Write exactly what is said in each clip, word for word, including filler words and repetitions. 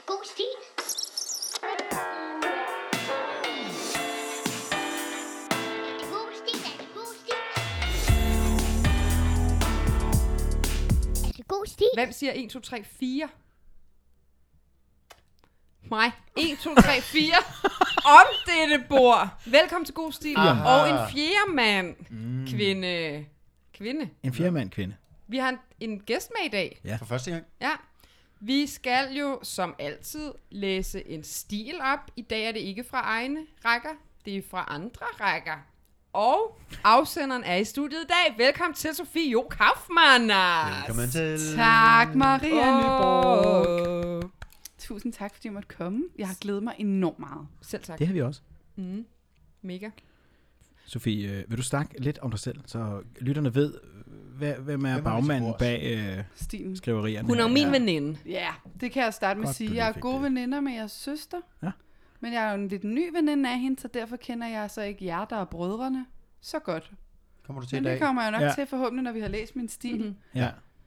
det god stil? Er det god stil? Er det god stil? Er det god stil? Hvem siger en, to, tre, fire? Mig. en, to, tre, fire. Om dette bord. Velkommen til God Stil. Aha. Og en fjerde mand. Mm. Kvinde. Kvinde. En fjerde mand kvinde. Vi har en, en gæst med i dag. Ja. For første gang. Ja. Vi skal jo som altid læse en stil op. I dag er det ikke fra egne rækker. Det er fra andre rækker. Og afsenderen er i studiet i dag. Velkommen til Sofie Jo Kaufmann. Velkommen til. Tak, Maria Åh. Nyborg. Tusind tak, fordi jeg måtte komme. Jeg har glædet mig enormt meget. Selv tak. Det har vi også. Mm. Mega. Sofie, øh, vil du snakke lidt om dig selv, så lytterne ved, hvad, hvem er Hvem er bagmanden vi til bag øh, Stilen. skriverierne? Hun er jo her? min Ja. veninde. Ja, det kan jeg starte med Godt, at sige. du Jeg lige er fik gode det. veninder med jeres søster. Ja. Men jeg er jo en lidt ny veninde af hende, så derfor kender jeg så ikke jer, der er brødrene, så godt. Kommer du til Men i det dag? kommer jeg nok Ja. ja. til forhåbentlig, når vi har læst min stil. Mm-hmm. Ja.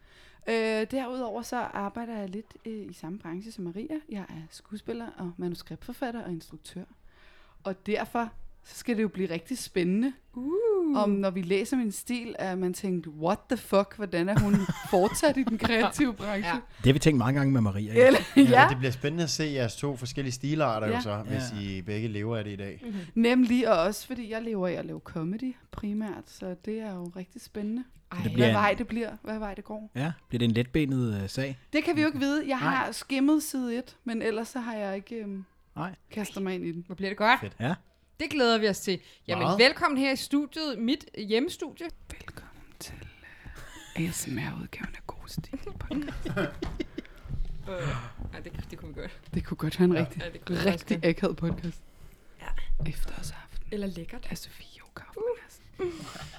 Øh, derudover så arbejder jeg lidt øh, i samme branche som Maria. Jeg er skuespiller og manuskriptforfatter og instruktør. Og derfor så skal det jo blive rigtig spændende, Uh. om når vi læser min stil, at man tænkte, what the fuck, hvordan er hun fortsat i den kreative branche? Ja. Det har vi tænkt mange gange med Maria. ikke? Eller, Ja. ja, Det bliver spændende at se jeres to forskellige stilarter, Ja. jo så, hvis Ja. I begge lever af det i dag. Mm-hmm. nemlig, og også fordi jeg lever af at lave comedy primært, så det er jo rigtig spændende. Ej, det Hvad bliver- vej det bliver, hvad vej det går. Ja, bliver det en letbenet øh, sag? Det kan vi jo ikke vide. Jeg har Nej. skimmet side et, men ellers så har jeg ikke øhm, Nej. kastet mig ind i den. hvor bliver det godt. Fedt. Ja. Det glæder vi os til. Jamen, Meget. velkommen her i studiet, mit hjemmestudie. Velkommen til uh, A S M R-udgaven af God Stil podcast. Øh, nej, det, det kunne vi godt. Det kunne godt være en rigtig, Ja, det kunne vi faktisk rigtig godt. akavet podcast. Ja. Efterårsaften Eller lækkert. af Sofie Jo Kaufmann.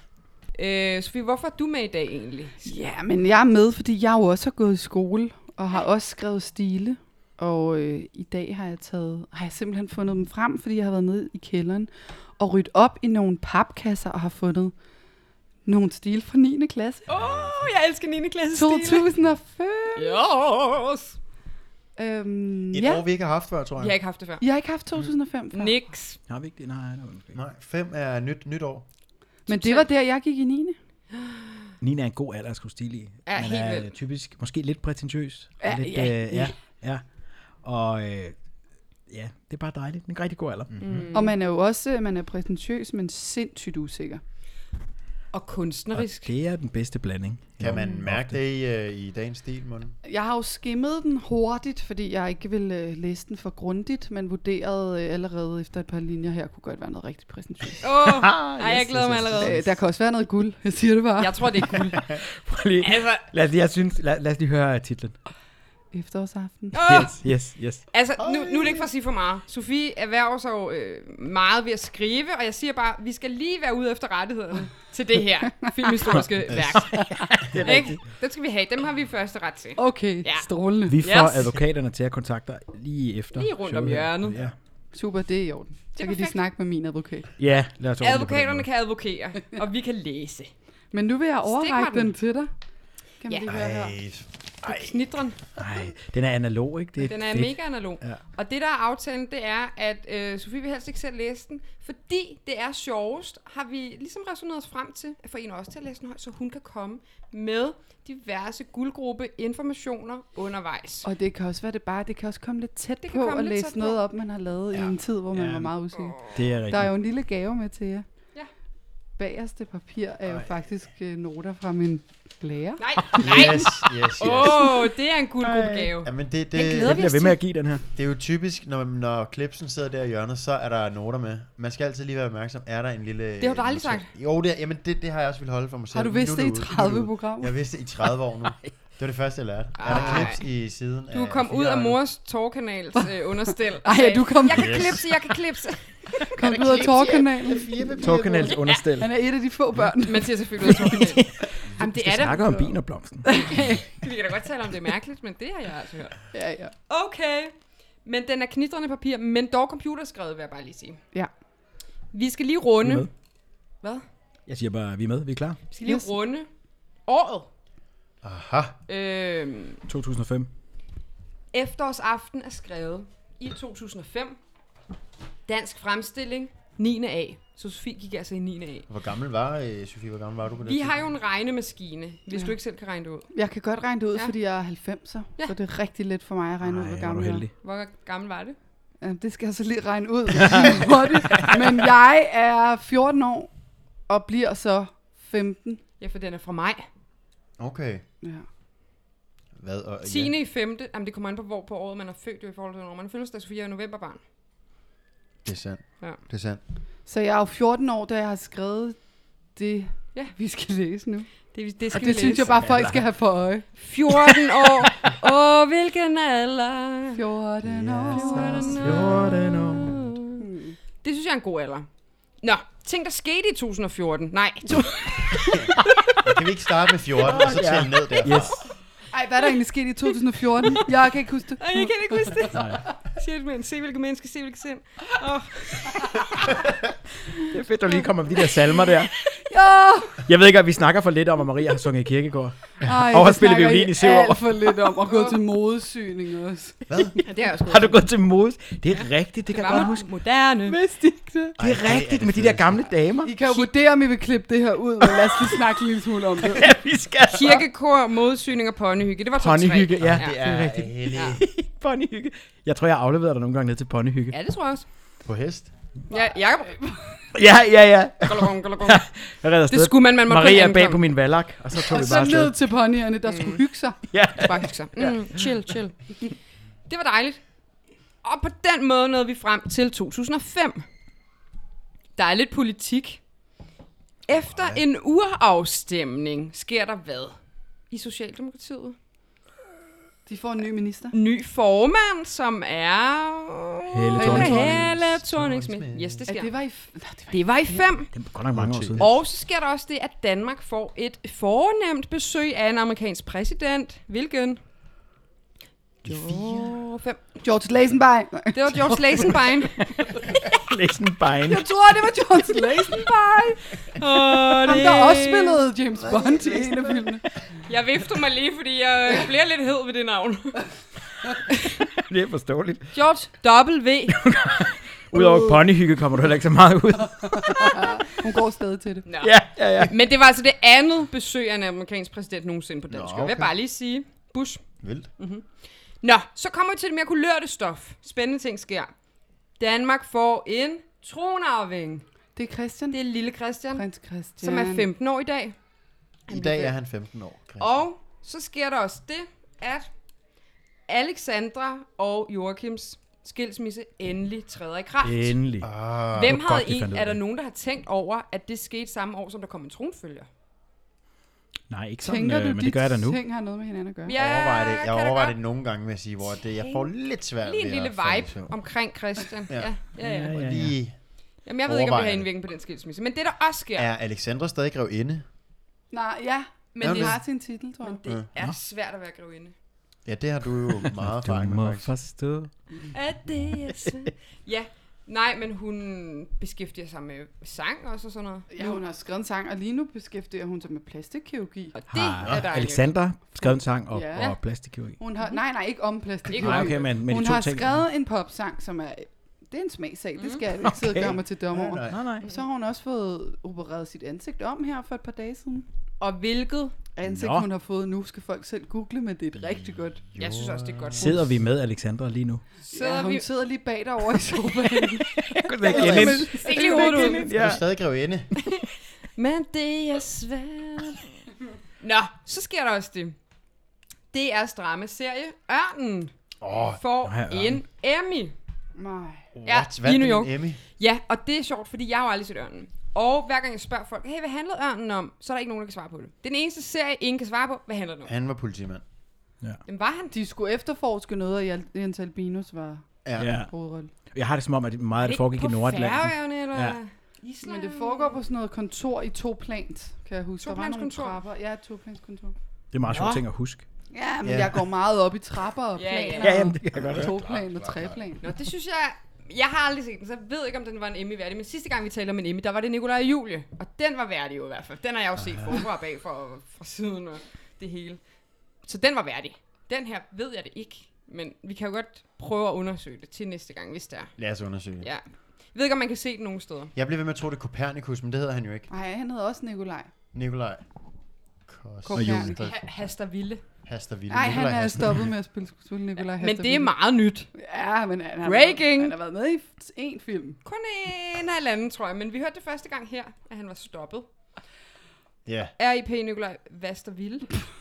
Øh, Sofie, hvorfor er du med i dag egentlig? Ja, men jeg er med, fordi jeg jo også har gået i skole, og har også skrevet stile. Og øh, i dag har jeg taget, har jeg simpelthen fundet dem frem, fordi jeg har været nede i kælderen og ryddet op i nogle papkasser og har fundet nogle stil fra niende klasse. Åh, oh, jeg elsker niende klasse to stile. tusind og fem. Yes. Øhm, Et ja, år, vi ikke har haft før, tror jeg. Vi har ikke haft det før. jeg har ikke haft to tusind og fem før. Niks. Har vi ikke det? Nej, nej, nej. Nej, fem er nyt, nyt år. Men det var der, jeg gik i niende. Nina er en god alder at skulle stile i. Ja, Man helt er vildt. typisk, måske lidt prætentiøs. Ja, lidt, ja, øh, ja, ja. Og øh, ja, det er bare dejligt. En rigtig god alder. Mm. Og man er jo også, man er prætentiøs, men sindssygt usikker. Og kunstnerisk. Og det er den bedste blanding. Kan man Jo, mærke ofte. det i, uh, i dagens stil, Mon? Jeg har jo skimmet den hurtigt, fordi jeg ikke ville øh, læse den for grundigt, men vurderede øh, allerede efter et par linjer her, kunne godt være noget rigtig præsentiøst. Åh, oh, ej, jeg Yes, glæder mig yes, yes, allerede. Øh, der kan også være noget guld, jeg siger det bare. Jeg tror, det er guld. Prøv lige, Altså, lad, os, lige- jeg synes, lad, lad os lige høre titlen. Efterårsaften. åh, Yes, yes, yes. altså nu, nu er det ikke for at sige for meget. Sofie erhverver sig jo øh, meget ved at skrive, og jeg siger bare, vi skal lige være ude efter rettighederne til det her filmhistoriske værk. Det er Ikke? rigtigt. Det skal vi have. Dem har vi første ret til. Okay, Ja. strålende. Vi får Yes. advokaterne til at kontakte dig lige efter. Lige rundt om showet her. hjørnet. Ja, Super, det er i orden. Så kan de perfekt. snakke med min advokat. ja lad os ordne det på den Advokaterne måde. kan advokere, og vi kan læse. Men nu vil jeg overrække mig den. den til dig. Kan man Ja. lige høre her? Ej, Ej. Knitren. Ej, den er analog, ikke? Det er Den er fedt. mega analog. Ja. Og det der er aftalen, det er, at øh, Sofie vil helst ikke selv læse den, fordi det er sjovest, har vi ligesom resoneret os frem til, at få en også til at læse den højt, så hun kan komme med diverse guldgruppe informationer undervejs. Og det kan også være det bare, det kan også komme lidt tæt Det kan på komme at lidt læse tæt noget på. op, man har lavet Ja. i en tid, hvor man Ja. var meget usikker. Det er rigtigt. Der er jo en lille gave med til jer. Ja. Bagerste papir er jo Ej. faktisk øh, noter fra min lærer. Nej, nej! yes, yes, yes. Åh, oh, det er en guldgruppegave. Jamen, det, Den det, glæder Jeg vi bliver os ved til. med at give den her. det er jo typisk, når, når klipsen sidder der i hjørnet, så er der noter med. Man skal altid lige være opmærksom. Er der en lille... Det har du aldrig notat? sagt. Jo, det, er, jamen, det, det har jeg også ville holde for mig selv. Har du Men vidst nu det er i ude. Nu er tredive ude. programmer? Jeg vidste det i tredive år nu. Det var det første, jeg lærte. Er der Ej. klips i siden Du af kom ud af fireren? mors tårkanals øh, understel. og Ej, sagde, du kom- Jeg kan Yes. klipse, jeg kan klipse. Kom ud af tårkanalen. Torkanals understel. Han er et af de få børn. Man siger selvfølgelig ud af tårkanalen. Jamen, det Vi er det. snakker om bin og blomsten. Vi kan da godt tale om det er mærkeligt, men det har jeg altså hørt. Ja, ja. Okay. Men den er knitrende papir, men dog computerskrevet, vil jeg bare lige sige. Ja. Vi skal lige Vi er runde... med. Hvad? Jeg siger bare, vi er med. Vi er klar. Vi skal lige Yes. runde året. Aha. Øhm, to tusind og fem. Efterårsaften er skrevet i to tusind og fem. Dansk fremstilling, niende A. Så Sofie gik altså i niende A. Hvor gammel var, øh, Sofie, hvor gammel var du på det? Vi har jo en regnemaskine, hvis Ja. du ikke selv kan regne det ud. Jeg kan godt regne det ud, Ja. ja. fordi jeg er halvfemser, Ja. ja. så det er rigtig let for mig at regne ud, Ej, hvor hvor er gammel du jeg er. heldig. Hvor gammel var det? Ja, det skal jeg så lige regne ud. hurtigt. Men jeg er fjorten år, og bliver så femten. Ja, for den er fra mig. Okay. Ja. Hvad? Og, tiende i femte. Jamen, det kommer an på, hvor på året man er født, jo i forhold til, når man er fødselsdag. Sofie er jo novemberbarn. Det er sandt. Ja. Det er sandt. Så jeg er jo fjorten år, da jeg har skrevet det, Ja. vi skal læse nu. Det, det Og skal det vi synes læse. jeg bare, folk skal have for øje. fjorten år. Åh, oh, hvilken alder. fjorten år. fjorten år. Hmm. Det synes jeg er en god alder. Nå, ting der skete i to tusind og fjorten. Nej, to- Ja, kan vi ikke starte med fjorten, og så tælle ned derfra? Yes. Ej, hvad er der egentlig sket i to tusind og fjorten? Jeg kan ikke huske det. Ej, jeg kan ikke huske det. Shit, men se hvilke mennesker, se hvilke sind. Oh. Det er fedt, du lige kommer med de der salmer der. Ja! Jeg ved ikke, at vi snakker for lidt om, at Maria har sunget i kirkegård. Ej, Og har det spillet snakker violin i I syv år. alt for lidt om at gå til modesyning også. Hvad? Ja, det har jeg også Har du gået til mode? Det er rigtigt, det kan Det jeg godt var huske. moderne. Vidste ikke det? Det Ej, er ej, er rigtigt det med de der fedeste. gamle damer. I kan jo vurdere, om I vil klippe det her ud, men lad os lige snakke en lille smule om det. Ja, vi skal. Kirkekor, modesyning og ponyhygge. Det var top tre. Ponyhygge, ja. Ja. Det Det er er rigtigt. heldigt. Ja. Ponyhygge. Jeg tror, jeg afleverede dig nogle gange ned til ponyhygge. Ja, det tror jeg også. På hest? Ja, Jacob. Ja, ja, ja. Galagong, galagong. Jeg redder afsted. Det skulle man, man måtte Maria kun bag ankomme. på min valak, og så tog Og vi så bare ned afsted. til ponyerne, der skulle hygge sig. Ja. Bare hygge sig. Mm, chill, chill. Det var dejligt. Og på den måde nåede vi frem til to tusind og fem. Der er lidt politik. Efter en urafstemning sker der hvad? I Socialdemokratiet? De får en ny minister. Ny formand, som er... Helle Thorning-Schmidt. Helle Thorning-Schmidt. Yes, det Ja, sker. det var i... f- Nå, det var i Det var i fem. Det er godt nok mange år siden. Og så sker der også det, at Danmark får et fornemt besøg af en amerikansk præsident. Hvilken? Jo, fem. George Lazenby. Det var George Lazenby. Læs en bein. Jeg tror, det var George Lazenby. Oh, Ham, der også spillede James Bond i en af filmene. Jeg vifter mig lige, fordi jeg bliver lidt hed ved det navn. Det er forståeligt. George W. Udover ponyhygge kommer du heller ikke så meget ud. Hun går stadig til det. Nå. Ja, ja, ja. Men det var altså det andet besøg af en amerikansk præsident nogensinde på dansk. Nå, Okay. Vil jeg okay. bare lige sige. Bush. Vildt. Nå, så kommer vi til det mere kulørte stof. Spændende ting sker. Danmark får en tronarving. Det er Christian. Det er lille Christian, Prins Christian. som er femten år i dag. I dag er han femten år. Christian. Og så sker der også det, at Alexandra og Joachims skilsmisse endelig træder i kraft. Endelig. Ah, Hvem det var havde godt, de en, fandt ud er af der det. nogen, der har tænkt over, at det skete samme år, som der kom en tronfølger? Nej, ikke sådan, Tænker øh, du, men de det gør jeg da nu. ting har noget med hinanden at gøre? Ja, Jeg overvejer det, jeg kan da overvejer godt. det nogle gange med at sige, hvor det, jeg får lidt svært Lige en ved lille at falde i vibe søvn. omkring Christian. Ja. Ja, ja, ja. Ja, ja, ja. Lige, Jamen, jeg ved ikke, om det har Overvejer det. indvirkning på den skilsmisse. Men det, der også sker, er Alexandra stadig grevinde? Nej, ja. men Men det, det har sin titel, tror jeg. men det er svært at være grevinde. Ja, det har du jo meget Du erfaring med, må faktisk. forstå. At det er svært. Ja, nej, men hun beskæftiger sig med sang også og sådan noget. Ja, hun har skrevet en sang, og lige nu beskæftiger hun sig med plastikkirurgi. Og det Har er dejligt. Alexander skrevet en sang og, Ja. og plastikkirurgi? Hun har, nej, nej, ikke om plastikkirurgi. Ikke Nej, okay, men, men hun de to har ting. skrevet en popsang, som er... Det er en smagsag, det skal jeg ikke sidde og Okay. gøre mig til dommer over. Nej, Nej, nej. Og så har hun også fået opereret sit ansigt om her for et par dage siden. Og hvilket, Ansigt, Nå. hun har fået nu, skal folk selv google, men det er et rigtig godt. jeg synes også, det er godt. Sidder vi med Alexandra lige nu? Sidder Ja, hun vi... sidder lige bag derovre i sofaen. Stik lige hovedet ud. Er du stadig grevinde? Men det er svært. Nå, så sker der også det. D R's dramaserie Ørnen Åh, får nå, her er en Emmy. Nej. Ja, what? i Vandt New den York. en Emmy? Ja, og det er sjovt, fordi jeg har jo aldrig set Ørnen. Og hver gang jeg spørger folk, hey, hvad handlede Ørnen om? Så er der ikke nogen, der kan svare på det. Den eneste serie, ingen kan svare på, hvad handler den om? Han var politimand. Jamen, var han? De skulle efterforske noget, og Jens Albinus var Ja. Ja. hovedrolle. Jeg har det som om, at meget af det foregik i på Nordatlanten. Færøerne, eller Ja. Island? Men det foregår på sådan noget kontor i to plans, kan jeg huske. Der var nogle Toplanskontor? trapper. Ja, et toplanskontor. Det er meget sjovt ting at huske. Ja, men Ja. jeg går meget op i trapper og Ja, ja. planer. Ja, jamen, det kan jeg godt og høre. toplan og treplan. Nå, det synes jeg... Jeg har aldrig set den, så jeg ved ikke, om den var en Emmy værdig. Men sidste gang, vi talte om en Emmy, der var det Nikolaj og Julie. Og den var værdig jo i hvert fald. Den har jeg jo set forfra og bag fra, fra siden og det hele. Så den var værdig. Den her ved jeg det ikke. Men vi kan jo godt prøve at undersøge det til næste gang, hvis det er. Lad os undersøge. Ja. Jeg ved ikke, om man kan se det nogen steder. Jeg bliver ved med at tro, det er Copernicus, men det hedder han jo ikke. Nej, han hedder også Nikolaj. Nikolaj. Copernicus. Ha- Haster Ville. Haster Ville. Nej, han Nikolaj er Haster. stoppet med at spille, spille Nikolaj Men det er meget nyt. Ja, men han har, Breaking. Været, han har været med i én film. Kun en halvanden, tror jeg. Men vi hørte det første gang her, at han var stoppet. Ja. R I P Nikolaj Vasterville.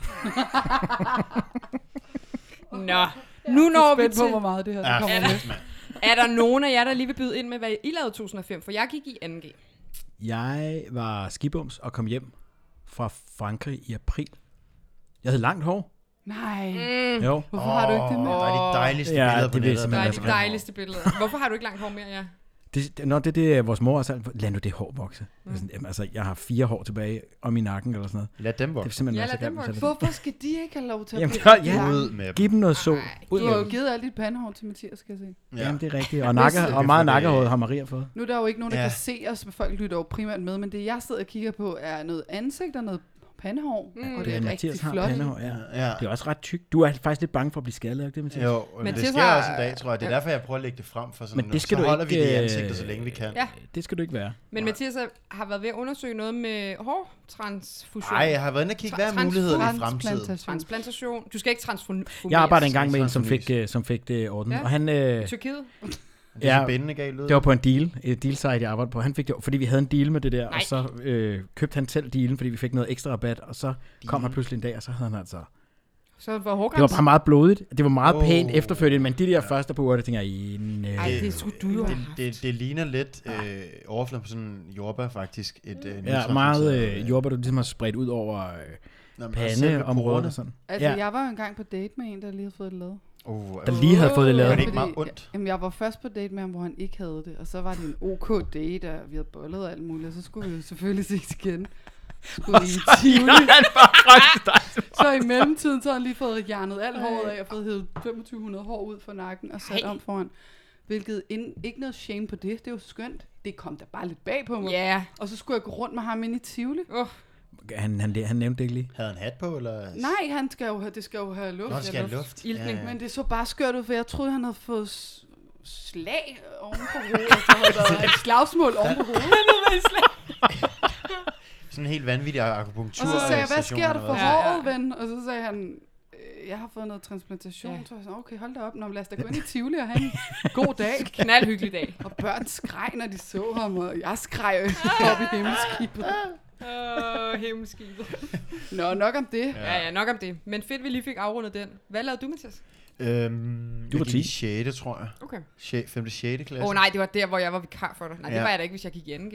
Nå, nu når vi Spændt på, til... hvor meget det her Ja, det kommer med. fedt, mand. Er der nogen af jer, der lige vil byde ind med, hvad I lavede i to tusind og fem? For jeg gik i anden G. Jeg var skibums og kom hjem fra Frankrig i april. Jeg havde langt hår. Nej. Mm. Jo. Hvorfor har du ikke det med? Der er de dejligste Ja, billeder det på vil nettet. simpelthen Der er Altså, de dejligste billeder. Hvorfor har du ikke langt hår mere, ja? Det, når det, det er vores mor også sagt, lad nu det hår vokse. Mm. Sådan, jamen, altså, jeg har fire hår tilbage om i nakken eller sådan noget. Lad dem Det er vokse. simpelthen Ja, være så lad dem grimt, vokse. så det- Hvorfor skal de ikke have lov til at Jamen, blive ja, ja. Ud med dem. Giv dem noget sol. Ej, Ud Du med har jo dem. givet alle dit pandehår til Mathias, skal jeg se. Ja. Jamen, det er rigtigt. Og, nakke, Hvis- og meget det- nakkehåret har Maria fået. Nu er der jo ikke nogen, der Ja. ja. kan se os, folk lytter jo primært med, men det jeg sidder og kigger på er noget ansigt og noget pandehår, Mm. mm. og Det det er er Mathias rigtig har flot. pandehår, ja. Ja. Det er også ret tykt. Du er faktisk lidt bange for at blive skaldet, er ikke det, Mathias? Jo, men det Mathias sker har- også en dag, tror jeg. Det er derfor, jeg prøver at lægge det frem for sådan Men det skal så du holder ikke, vi det i øh, ansigtet, så længe vi kan. Ja. Det skal du ikke være. Men Mathias har været ved at undersøge noget med hårtransfusion. Nej, jeg har været inde og kigge, hvad er Trans- muligheden i Transplantation. fremtiden? Transplantation. Du skal ikke transformeres. Jeg arbejder engang med en, som Transformis. fik, øh, som fik det ordnet. Ja. Og han, øh, Tyrkiet. Det er Ja, så bindende galt ud. det var på en deal, et deal-site, jeg arbejdede på. Han fik det, fordi vi havde en deal med det der, Nej. og så øh, købte han selv dealen, fordi vi fik noget ekstra rabat, og så kom han pludselig en dag, og så havde han altså... Så var Det var hårgrænsen. bare meget blodigt. Det var meget Åh. pænt efterfølgende, men de der første par uger, der tænker jeg, i nej. Ej, det skulle du jo have det, haft. det, det ligner lidt øh, overfladen på sådan en jordbær, faktisk. Et, øh, Ja, nytransplanteret, meget øh, øh, jordbær, du ligesom har spredt ud over øh, Nå, men også selve pandeområdet porerne. og sådan. Altså, Ja. jeg var jo engang på date med en, der lige havde fået det lavet. Oh, Der lige havde fået det Gør lavet. det ikke meget ondt? Jamen, jeg var først på date med ham, hvor han ikke havde det, og så var det en ok date, og vi havde bollet og alt muligt, og så skulle vi jo selvfølgelig ses igen. Skulle vi i Tivoli. Så i mellemtiden, så har han lige fået hjernet alt håret af, og fået hævet femogtyve hundrede hår ud fra nakken, og sat Ej. om foran. Hvilket ind, ikke noget shame på det, det er jo skønt. Det kom da bare lidt bag på mig. Ja. Og så skulle jeg gå rundt med ham ind i Tivoli. Uh, Han, han, han nævnte det ikke lige. Havde han hat på, eller? Nej, han skal jo have, det skal jo have luft. Nå, det skal have luft. Iltning. Men det så bare skørt ud, for jeg troede, han havde fået s- slag oven på hovedet, og så havde der været et slagsmål oven på hovedet. Sådan en helt vanvittig akupunktur. Og så sagde jeg, hvad station, sker der eller for hvad? Ja, ja. håret, ven? Og så sagde han, "Øh, jeg har fået noget transplantation. Ja. Så var jeg sådan, okay, hold da op. Nå, men lad os da gå ind i Tivoli og have en god dag. knaldhyggelig dag. Og børn skreg, når de så ham, og jeg skreg op i himmelskibet. Åh, uh, himmelskibet. Nå, nok om det. Ja, ja, nok om det. Men fedt, vi lige fik afrundet den. Hvad lavede du, Mathias? Øhm, Du var jeg gik i ti. sjette, tror jeg. Okay. Sjette, femte, sjette klasse. Åh oh, nej, det var der, hvor jeg var vikar for dig. Nej, det Ja. var jeg da ikke, hvis jeg gik i anden G.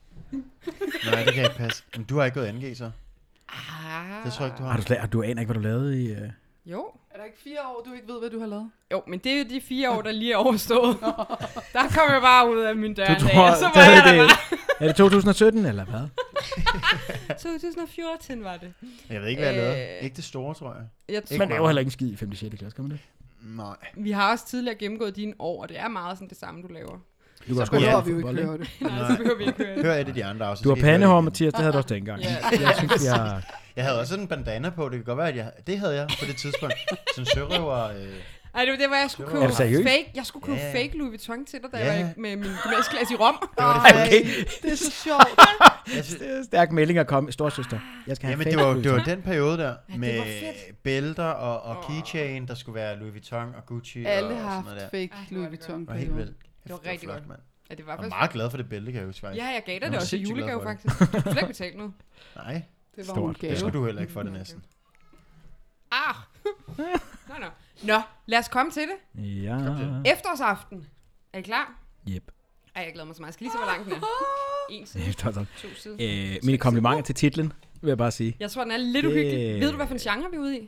Nej, det kan ikke passe. Men du har ikke gået anden G, så? Ah. Det tror jeg ikke, du har. Har du, slet, du aner ikke, hvad du lavede i... Uh... Jo. Er der ikke fire år, du ikke ved, hvad du har lavet? Jo, men det er jo de fire år, der lige er overstået. Der kom jeg bare ud af min dør Du en dag, tror, og så var der jeg er der det, bare. er det to tusind og sytten, eller hvad? to tusind og fjorten var det. Jeg ved ikke, hvad jeg Øh, lavede. Ikke det store, tror jeg. Jeg tror, Man laver heller ikke en skid i femte og sjette klasse, kan man det? Nej. vi har også tidligere gennemgået dine år, og det er meget sådan det samme, du laver. Du kan Så også godt behøver lide vi jo ikke fodbold, høre det. Nej, så behøver vi ikke høre det. Hør et af de andre afsnit. Du har så kan I høre pandehår, det igen. Mathias, det havde du også dengang. Ja. Jeg synes, jeg... Jeg havde også sådan en bandana på. Det kan godt være, at jeg... Det havde jeg på det tidspunkt. Sådan en sørøver... Øh... Ej, det var det, hvor jeg skulle Er købe du seriøs? fake. Jeg skulle købe Ja, ja. fake Louis Vuitton til dig, da Ja. jeg var med min gymnasieklasse i Rom. Det var det Ej, fedeste. det er så sjovt. Jeg synes, Det er stærk melding at komme. Storsøster. Jeg skal have Jamen, fake det var, Louis det var Vuitton. den periode der, det med var fedt. bælter og, og Åh. keychain, der skulle være Louis Vuitton og Gucci Alle og har sådan haft noget der. fake Ej, hvor Louis er det Vuitton. Det var helt vildt. Det var Kæft, rigtig flot, godt. mand. Ja, det var Jeg var faktisk... meget glad for det bælte, kan jeg huske faktisk. Ja, jeg gav dig Jeg det var også i sindssygt glad julegave, for det. faktisk. Du skulle slet ikke betale noget. Nej, Det var Stort. en Det gave. det skulle du heller ikke for det næsten. Ah! Nå, nå. Nå, lad os komme til det. Ja. Efterårsaften. Er I klar? Yep. Ej, jeg glæder mig så meget. Jeg skal lige se, hvor lang den er. En side, Efterårsaften. to sider. Øh, mine komplimenter til titlen, vil jeg bare sige. Jeg tror, den er lidt Det- uhyggelig. Ved du, hvad for en genre vi er ude i?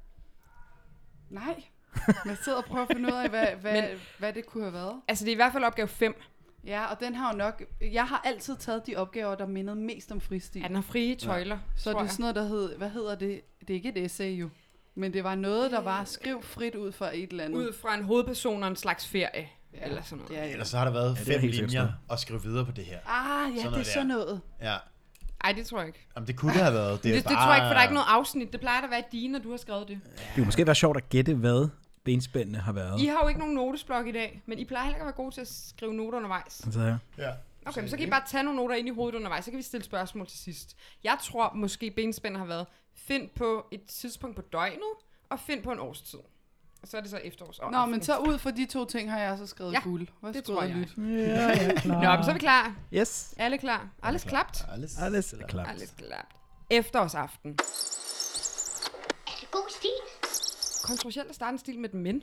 Nej. Jeg sidder og prøver at finde ud af, hvad, hvad, Men- hvad det kunne have været. Altså, det er i hvert fald opgave fem. Ja, og den har jo nok... Jeg har altid taget de opgaver, der mindede mest om fristil. Ja, den har frie tøjler, Så tror det er jeg. sådan noget, der hed... Hvad hedder det? Det er ikke et essay jo. Men det var noget, der var skriv frit ud fra et eller andet. Ud fra en hovedperson og en slags ferie. Ja. Eller sådan noget. Ja, ja. Ellers så har der været det er fem helt sikkert linjer sådan. at skrive videre på det her. Ah, ja, Sådan det er noget sådan der. noget. Ja. Ej, det tror jeg ikke. Jamen, det kunne det have været. Det, Det, er det, det bare... tror jeg ikke, for der er ikke noget afsnit. Det plejer at være dine, når du har skrevet det. Det kunne måske være sjovt at gætte, hvad benspændene har været? I har jo ikke nogen notesblok i dag, men I plejer heller ikke at være gode til at skrive noter undervejs. Altså, ja. Ja. Okay, men så kan I bare tage nogle noter ind i hovedet undervejs, så kan vi stille spørgsmål til sidst. Jeg tror måske benspændene har været, find på et tidspunkt på døgnet, og find på en årstid. Og så er det så efterårs og Nå, aften. men så ud fra de to ting har jeg så skrevet Ja, guld. Hvad det skulle tror jeg jeg. lytte? Ja, jeg er klar. Nå, men så er vi klar. Yes. Alle klar. Alles klapt. Alles. Alles er klart. Alles klapt. Efterårsaften. Er det god stil? Kontroversielt at starte en stil med et men.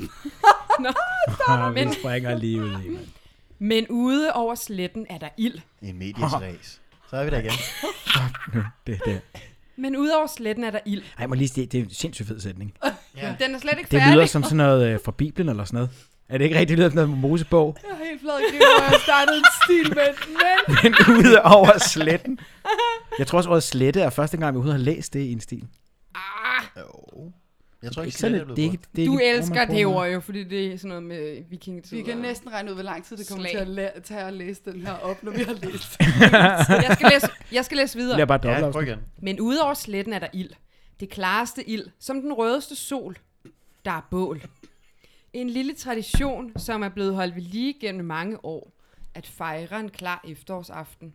Ah, vi Men- springer lige ud i, mand. Men ude over sletten er der ild. En mediesræs. Så er vi der igen. Det, det. Men ude over sletten er der ild. Ej, jeg må lige sige, det er en sindssygt fed sætning. Ja. Den er slet ikke Det færdig. lyder som sådan noget øh, fra Bibelen eller sådan noget. Er det ikke rigtigt, det lyder som noget med Mosebog? Jeg er helt flad i grin, hvor jeg startede en stil med et men. Men ude over sletten. Jeg tror også, ordet slette er første gang, vi overhovedet har læst det i en stil. Ah, Jo. Jeg tror ikke, Ikke sådan, slet, det er ikke, det er du ikke et ord, elsker man det bruger ord jo, fordi det er sådan noget med vikingetid. Vi kan og- næsten regne ud, hvor lang tid det kommer Slag. til at la- tage at læse den her op, når vi har læst. jeg, skal læse, jeg skal læse meget. videre. Det er bare Ja, dobbelt. prøv igen. Men ude over sletten er der ild. Det klareste ild, som den rødeste sol. Der er bål. En lille tradition, som er blevet holdt ved lige gennem mange år. At fejre en klar efterårsaften.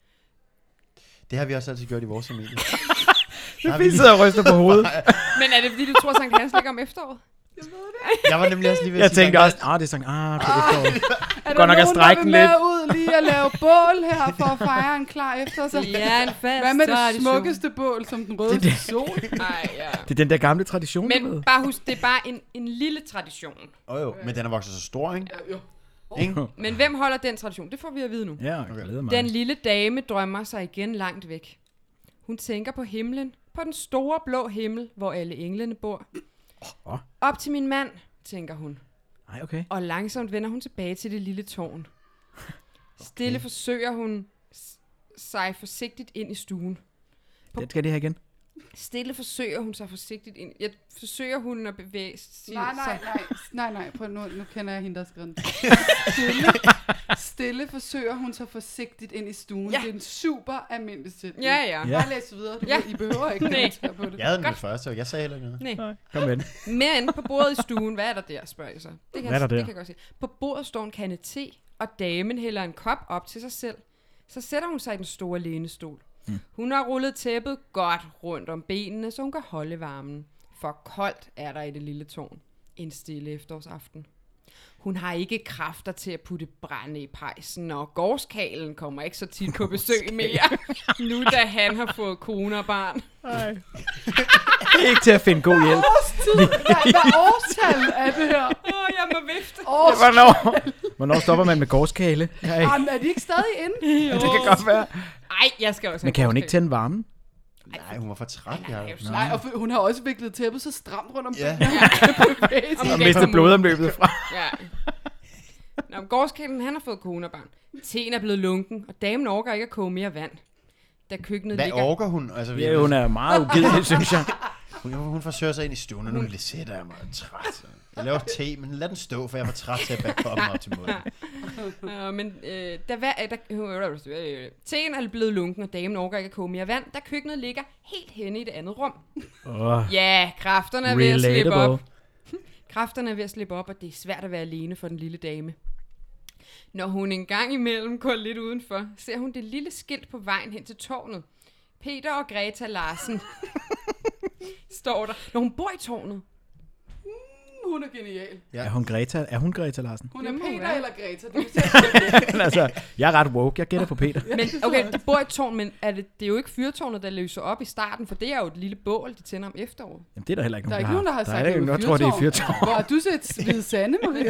Det har vi også altid gjort i vores familie. Vi sidder og ryster på hovedet. Men er det fordi, du tror, at Sankt Hans ligger om efteråret? Jeg var nemlig også lige ved at Jeg sige tænkte Sankt også, ah, det er sådan, ah, på efteråret. Er Godt nok at nogen, strække der den vil lidt. med ud lige at lave bål her for at fejre en klar efter? Så Ja, en fast hvad med det tradition. smukkeste bål, som den røde sol? Nej, ja. Det er den der gamle tradition, du ved. Men bare husk, det er bare en, en lille tradition. Åh oh, jo, men den er vokset så stor, ikke? Ja, jo. Ikke? Men hvem holder den tradition? Det får vi at vide nu. Ja, jeg glæder mig. Den lille dame drømmer sig igen langt væk. Hun tænker på himlen, på den store blå himmel, hvor alle englene bor. Åh. Op til min mand, tænker hun. Nej, okay. Og langsomt vender hun tilbage til det lille tårn. Stille forsøger hun s- sig forsigtigt ind i stuen. Den skal det her igen. Stille forsøger hun sig forsigtigt ind. Jeg forsøger hun at bevæge sig. Nej, nej, nej, nej, nej, prøv nu, nu kender jeg hende, der har skrevet den. Stille, stille forsøger hun så forsigtigt ind i stuen. Ja. Det er en super almindelig sætning. Ja, ja. Ja. Bare læs videre, du Ja. ved, I behøver ikke Nej. kommentere på det. Jeg havde den med første, og jeg sagde heller ikke noget. Nej. Kom med den. Men på bordet i stuen, hvad er der der, spørger jeg så. Det kan, Hvad er der det der? kan jeg godt se. På bordet står en kande te, og damen hælder en kop op til sig selv. Så sætter hun sig i den store lænestol. Mm. Hun har rullet tæppet godt rundt om benene, så hun kan holde varmen. For koldt er der i det lille tårn. En stille efterårsaften. Hun har ikke kræfter til at putte brænde i pejsen, og gårdskalen kommer ikke så tit på besøg mere, nu da han har fået kone og barn. Det er ikke til at finde god hjælp. Årstid! Hvad, hvad årstal er det her? Åh, oh, jeg må vifte. Års... Hvornår, hvornår stopper man med gårdskale? Nej, Jamen, er de ikke stadig inde? det kan godt være. Ej, jeg skal også have Men kan hun gårdskal. ikke tænde varmen? Nej, hun var for træt. Nej, Jeg. nej, Nej, og for- hun har også viklet tæppet så stramt rundt om Ja. benene. Om Og det miste kommer ud. blodomløbet fra. Ja. Nå, men gårdskælen, han har fået kone og barn. Teen er blevet lunken, og damen orker ikke at koge mere vand. Da køkkenet Hvad ligger... orker hun? Altså, vi- Ja, hun er meget ugidelig, synes jeg. Hun, hun forsøger sig ind i stuen, og nu sætter jeg mig træt. Jeg laver te, men lad den stå, for jeg var træt til at bære koppen op til munden. Nå, men øh, da, hva- da, øh, teen er blevet lunken, og damen orker ikke at koge mere vand, da køkkenet ligger helt henne i det andet rum. Oh, Ja, kræfterne er ved at slippe op. relatable. Kræfterne er ved at slippe op, og det er svært at være alene for den lille dame. Når hun en gang imellem går lidt udenfor, ser hun det lille skilt på vejen hen til tårnet. Peter og Greta Larsen står der. Når hun bor i tårnet. Hun er genial. Ja. Er hun Greta? Er hun Greta Larsen? Hun er Det må Peter være. eller Greta. Det er jo altså, jeg er ret woke. Jeg gætter på Peter. Men okay, de bor i et tårn, men er det, det er jo ikke fyrtårnet, der løser op i starten, for det er jo et lille bål, de tænder om efteråret. Jamen, det er der heller ikke Der er nogen, ikke nogen, der har Der sagt, er det ikke, er jeg tror, det er fyrtårn. fyrtårn. Hvor har du set Hvide Sande, Maria?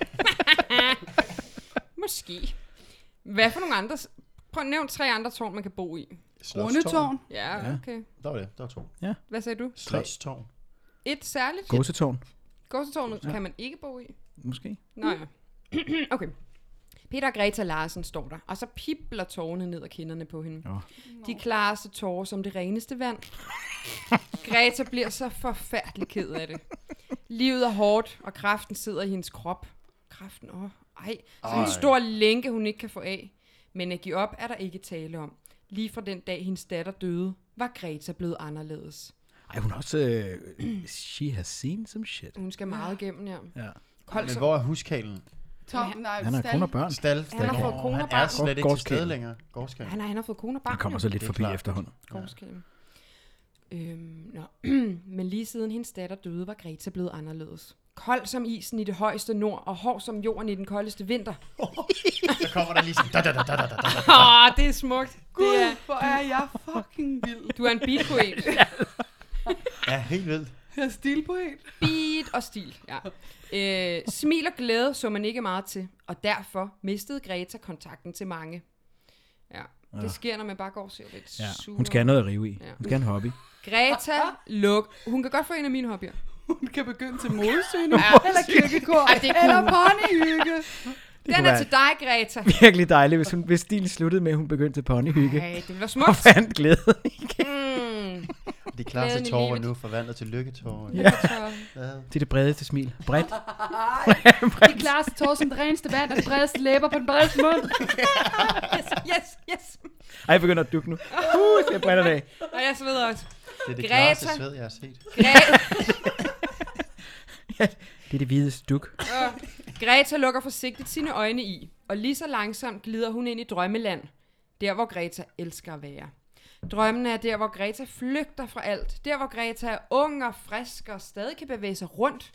Måske. Hvad for nogle andre... Prøv at nævne tre andre tårn, man kan bo i. Rundetårn. Ja, Ja. okay. Der var det. Der var to. Hvad sagde du? Slotstårn. Et særligt? Gåsetårn, Gåsetårnet kan man ikke bo i. måske. Nå ja. Okay. Peter og Greta Larsen står der, og så pibler tårerne ned ad kinderne på hende. Åh. De klarer sig tårer som det reneste vand. Greta bliver så forfærdelig ked af det. Livet er hårdt, og kræften sidder i hendes krop. Kræften, åh, ej. Så en Ej. stor lænke, hun ikke kan få af. Men at give op er der ikke tale om. Lige fra den dag, hendes datter døde, var Greta blevet anderledes. Ej, hun er også... Øh, she has seen some shit. Hun skal meget igennem, ja. Ja. Kold Men som... hvor er huskalen? Tom, nej, Han har Stal. kun og børn. Stal. Han har fået kone og Han barn. er slet ikke til Gårdskælen. stede længere. Gårdskælen. Han har, han har fået kone og barn. Han kommer så lidt Det er forbi klart. efterhånden. Gårdskælen. Øhm, nå. Men lige siden hendes datter døde, var Greta blevet anderledes. Kold som isen i det højeste nord, og hård som jorden i den koldeste vinter. Så kommer der lige sådan... Da, da, da, da, da, da. Åh, oh, det er smukt. Gud, Det er, hvor er jeg fucking vild. du er en beatpoet. Ja, helt vildt. Jeg er stilpoet. Beat og stil, ja. Øh, smil og glæde så man ikke meget til, og derfor mistede Greta kontakten til mange. Ja, det Ja. sker, når man bare går og ser lidt Ja. sur. Hun skal have noget at rive i. Ja. Hun skal have en hobby. Greta, luk. Hun kan godt få en af mine hobbyer. Hun kan begynde til modesyn nu. Ja. Eller kirkekor. Ej, det er Eller cool. ponyhygge. Den kunne er være- til dig, Greta. Virkelig dejligt, hvis, hun, hvis stilen sluttede med, at hun begyndte til ponyhygge. Ej, det bliver Og smukt. fandt glæde. Mm. De klareste Glæden i tårer var livet. nu forvandlet til lykketårer. Ja. Så, Ja. Det er det bredeste smil. Bredt. De klareste tår som det reneste vand, og de bredeste læber på den bredeste mund. yes, yes, yes. Ej, jeg begynder at dukke nu. Uh, jeg brænder af. Og jeg sveder også. Det er det Greta. klareste sved, jeg har set. Greta, Det er det hvide stuk. uh, Greta lukker forsigtigt sine øjne i, og lige så langsomt glider hun ind i drømmeland. Der, hvor Greta elsker at være. Drømmene er der, hvor Greta flygter fra alt. Der, hvor Greta er ung og frisk og stadig kan bevæge sig rundt.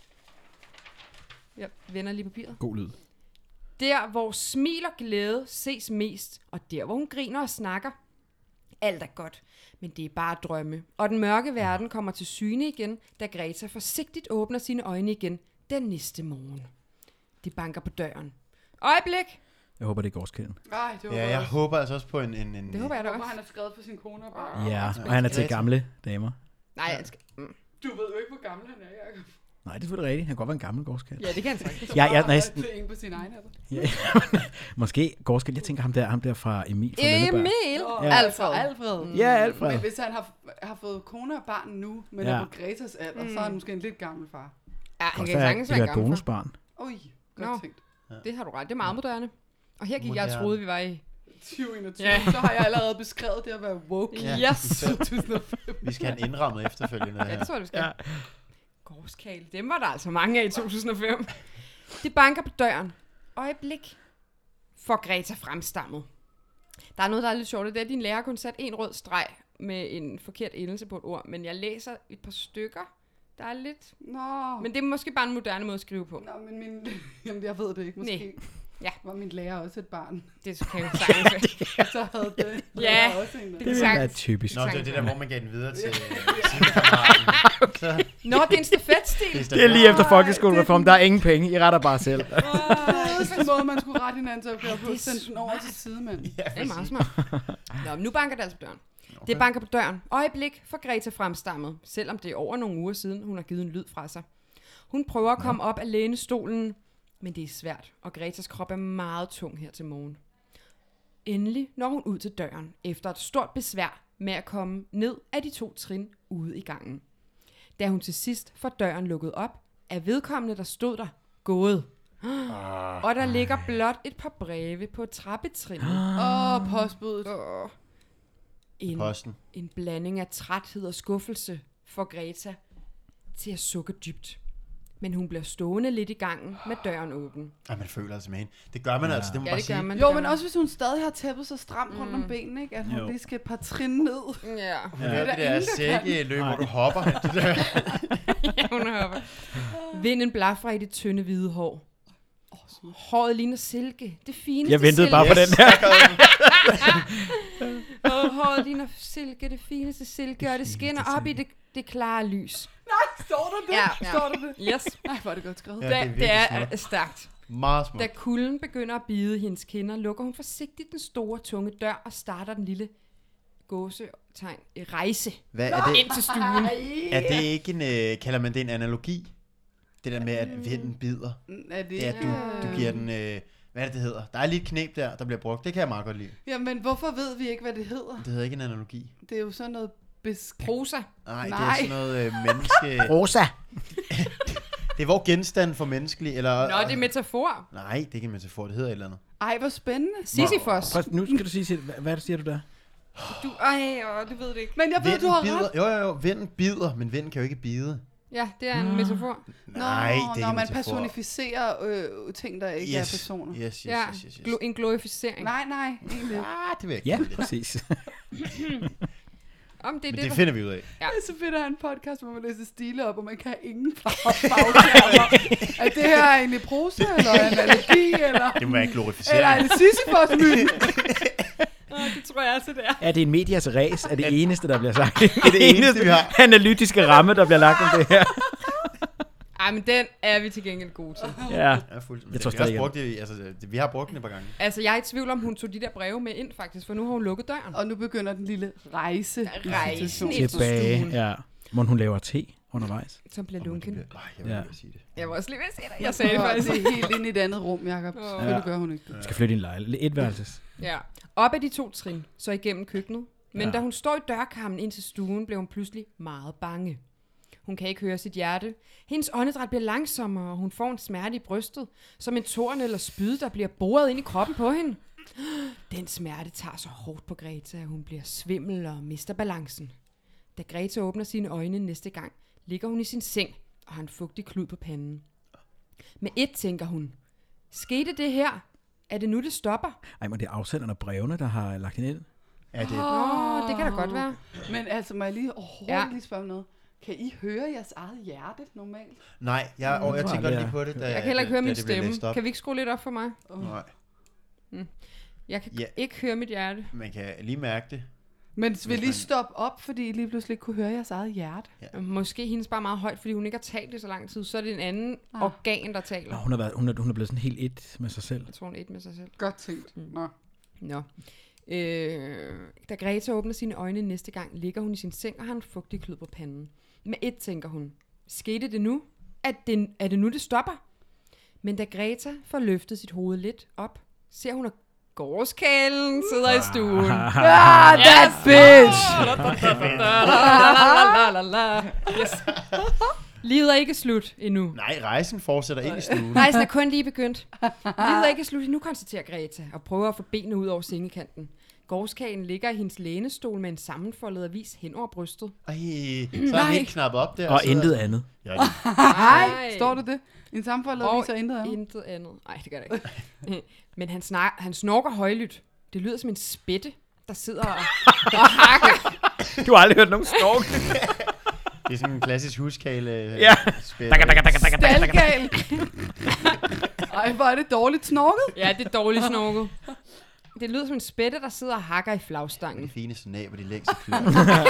Jeg vender lige papiret. God lyd. Der, hvor smil og glæde ses mest, og der, hvor hun griner og snakker. Alt er godt, men det er bare drømme. Og den mørke verden kommer til syne igen, da Greta forsigtigt åbner sine øjne igen den næste morgen. De banker på døren. Øjeblik! Jeg håber, det er gårdskæden. Nej, det var Ja, jeg håber altså også på en... en, en Det håber jeg da Hvor også. han har skrevet for sin kone og børn. Ja, og han er til gamle damer. Nej, jeg skal... Mm. Du ved jo ikke, hvor gammel han er, Jacob. Nej, det er selvfølgelig rigtigt. Han kan godt være en gammel gårdskæld. Ja, det kan han sagtens. Ja, ja, nej, Til en på sin egen alder. ja, måske gårdskæld. Jeg tænker ham der, ham der fra Emil fra Lønneberg. Emil! Ja. Alfred. Alfred. Ja, Alfred. Men hvis han har, har fået kone og barn nu, men Ja. er på Gretas alder, Mm. så er han måske en lidt gammel far. Ja, han Også kan være, sagtens det være er et gammel. for. bonusbarn. Oj, godt Nå. tænkt. Det har du ret. Det er meget moderne. Og her gik jeg og Moderne. troede, vi var i... tyve enogtyve, Ja. så har jeg allerede beskrevet det at være woke. Ja. Yes! to tusind og fem. Vi skal have en indrammet efterfølgende Ja, her. det tror jeg, vi skal. Ja. Gårdskal. Dem var der altså mange af i to tusind og fem. De banker på døren. Øjeblik. For Greta fremstammet. Der er noget, der er lidt sjovt. Det er, at din lærer kun sat en rød streg med en forkert endelse på et ord. Men jeg læser et par stykker. Der er lidt... Nå. Men det er måske bare en moderne måde at skrive på. Nå, men min... Jamen, jeg ved det ikke. Måske Nej. Ja. var min lærer også et barn. Det kan jeg jo sagtens være. Så havde det Ja, var også en det Det er vil sagt. være typisk. Nå, det er det der, hvor man gav den videre til sidekammeraten. Så Nå, det er en stafetstil. Det er lige efter folkeskolereform. Der er ingen penge. I retter bare selv. Det er den måde, man skulle rette hinandens opgave på. det er Sende den over til sidemanden. Det er meget smart. Nå, men nu banker det altså på døren. Okay. Det banker på døren. Øjeblik for Greta fremstammet, selvom det er over nogle uger siden, hun har givet en lyd fra sig. Hun prøver at komme op af lænestolen, men det er svært, og Gretas krop er meget tung her til morgen. Endelig når hun ud til døren, efter et stort besvær med at komme ned af de to trin ude i gangen. Da hun til sidst får døren lukket op, er vedkommende, der stod der, gået. Og der ligger blot et par breve på trappetrinnet. Åh, oh, postbuddet. Åh. En, posten. en blanding af træthed og skuffelse får Greta til at sukke dybt. Men hun bliver stående lidt i gangen med døren åben. Ej, man føler altså med hende. Det gør man ja. altså, det må Ja, bare det gør sige. man. Jo, det gør men man. også hvis hun stadig har tæppet så stramt rundt om Mm. benene, ikke? At hun Jo. lige skal et par trin ned. Ja, Ja, er det der der ingen, der sække løb, hvor du hopper. Det der. ja hun hopper. Vinden blafrer i det tynde hvide hår. Håret ligner silke. Det fineste Jeg ventede silke. bare på den her. Åh, håret ligner silke, det fineste silke, og det skinner op i det, det klare lys. Nej, står der det? Ja, ja. Står der det? Yes. Nej, hvor er det godt skrevet. Ja, Ja, det er det, virkelig det er smukt. øh, stærkt. Meget Da smukt. kulden begynder at bide hendes kinder, lukker hun forsigtigt den store, tunge dør og starter den lille gåsetegn øh, rejse Hvad er det? ind til stuen. Er det ikke en, øh, kalder man det en analogi? Det der med, at vinden bider. Er det, Det er, at du, du giver den, øh, hvad er det, det hedder? Der er lige et knep der, der bliver brugt. Det kan jeg meget godt lide. Ja, men hvorfor ved vi ikke, hvad det hedder? Det hedder ikke en analogi. Det er jo sådan noget besk... Prosa. Nej, det er Nej. sådan noget øh, menneske... Rosa. Det er hvor genstand for menneskelig, eller... Nå, det er metafor. Nej, det er ikke en metafor, det hedder et eller andet. Ej, hvor spændende. Sisyfos. Prøv, nu skal du sige, hvad, hvad siger du der? Du, ej, åh, du ved det ikke. Men jeg ved, Vinden du har bider. ret. Jo, jo, jo. Vinden bider, men vinden kan jo ikke bide. Ja, det er en metafor. Nej, det er når ikke man metafor. personificerer øh, ting, der ikke Yes. er personer. Yes, yes, Ja, yes, yes, yes. glo- en glorificering. Nej, nej, egentlig ikke. Ah, det vil jeg ikke. Ja, kalde det. præcis. Om det er Men det, det der- finder vi ud af. Ja. Så finder han en podcast, hvor man læser stile op, og man kan have ingen fagtermer. Er det her en leprose, eller en allergi, eller, Det må være en eller glorificering. en Sisyfos-myten? Åh, det tror jeg altså, det er. Er det en medias res? Er det eneste, der bliver sagt? Det er det eneste, vi har. analytiske ramme, der bliver lagt om det her. Ej, men den er vi til gengæld gode til. Ja. Ja, fuldt. Men Jeg det, tror vi, har også stadig, brugt det, altså, det, vi har brugt den et par gange. Altså, jeg er i tvivl om, hun tog de der breve med ind, faktisk, for nu har hun lukket døren. Og nu begynder den lille rejse. Rejsen situation. efter Tilbage. stuen, Ja. Må hun laver te undervejs? som bliver Og man lunken. kan- Ej, jeg vil Ja. ikke sige det. Jeg var også lige ved at sige det. Jeg sagde det Og faktisk. det er helt ind i et andet rum, Jacob. Åh. Selvfølgelig Ja. gør hun ikke det. Skal flytte i en lejlighed. Et værelses. Ja. Op ad de to trin, så igennem køkkenet. Men Ja. da hun står i dørkarmen ind til stuen, blev hun pludselig meget bange. Hun kan ikke høre sit hjerte. Hendes åndedræt bliver langsommere, og hun får en smerte i brystet, som en torn eller spyd, der bliver boret ind i kroppen på hende. Den smerte tager så hårdt på Greta, at hun bliver svimmel og mister balancen. Da Greta åbner sine øjne næste gang, ligger hun i sin seng og har en fugtig klud på panden. Med et tænker hun, skete det her? Er det nu, det stopper? Ej, men det er afsenderne af brevene, der har lagt hende ind. Er det... Åh, det kan da godt være. Men altså, må jeg lige overhovedet Ja. ja. lige spørge om noget? Kan I høre jeres eget hjerte normalt? Nej, jeg, og jeg Mm. tænker Ja. lige på det, da, Jeg kan heller ikke høre da min det blev stemme. læst op. Kan vi ikke skrue lidt op for mig? Nej, Jeg kan Ja. ikke høre mit hjerte. man kan lige mærke det. Men vil man- lige stoppe op, fordi I lige pludselig ikke kunne høre jeres eget hjerte? Måske hendes bare meget højt, fordi hun ikke har talt i så lang tid. Så er det en anden Ah. organ, der taler. Nå, hun, har været, hun, er, hun er blevet sådan helt et med sig selv. Jeg tror, hun er et med sig selv. Godt tænkt. Mm. Nå. Nå. Øh, da Greta åbner sine øjne næste gang, ligger hun i sin seng og har en fugtig klud på panden. Med et tænker hun, skete det nu? Er det, er det nu, det stopper? Men da Greta får løftet sit hoved lidt op, ser hun, at gårdskælen sidder i stuen. Ah, that bitch! Yes. Livet er ikke slut endnu. Nej, rejsen fortsætter ind i stuen. Rejsen er kun lige begyndt. Livet er ikke slut endnu, konstaterer Greta, og prøver at få benene ud over sengekanten. Gårdskagen ligger i hendes lænestol med en sammenfoldet avis hen over brystet. Ej, så er han helt knappet op der. Og sidder- intet andet. Ja, det- Hej, står der det? En sammenfoldet Og viser intet andet. Intet andet. Nej, det gør det ikke. Men han, snak, han snorker højlydt. Det lyder som en spætte, der sidder og, og hakker. Du har aldrig hørt nogen snork. det er sådan en klassisk huskale. Ja. spil. Stalgal! Ej, hvor er det dårligt snorket. Ja, det er dårligt snorket. Det lyder som en spætte, der sidder og hakker i flagstangen. De fine snab og de længste klør.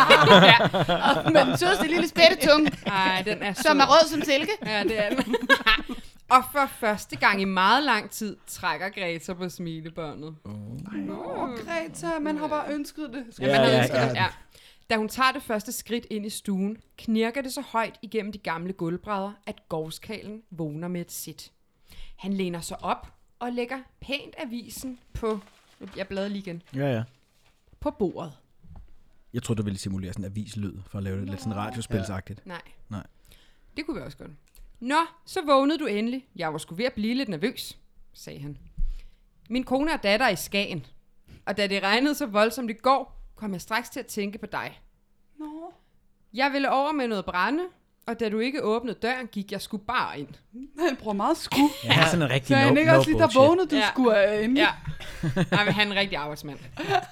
Men sødeste lille spættetunge, Nej, den er som er rød som silke. Ja, det er den. Og for første gang i meget lang tid trækker Greta på smilebåndet. Åh, Greta, man har bare ønsket det. Ja, Ja, man havde ja, ønsket ja. det. Ja. Da hun tager det første skridt ind i stuen, knirker det så højt igennem de gamle gulvbrædder, at gårdskalen vågner med et sit. Han læner sig op og lægger pænt avisen på, jeg bladrer lige igen, Ja, ja. på bordet. Jeg troede, du ville simulere sådan en avislyd, for at lave det lidt sådan radiospilsagtigt. Nej. Nej. Det kunne vi også godt. Nå, så vågnede du endelig. Jeg var sgu ved at blive lidt nervøs, sagde han. Min kone og datter er i Skagen, og da det regnede så voldsomt i går, kom jeg straks til at tænke på dig. Nå. Jeg ville over med noget brænde, og da du ikke åbnede døren, gik jeg sgu bare ind. Han bruger meget sku. Ja, ja. Sådan en rigtig Så no, han ikke no også lige, der bullshit. vågnede, du Ja. skulle uh, endelig. Ja, Nej, men han er en rigtig arbejdsmand.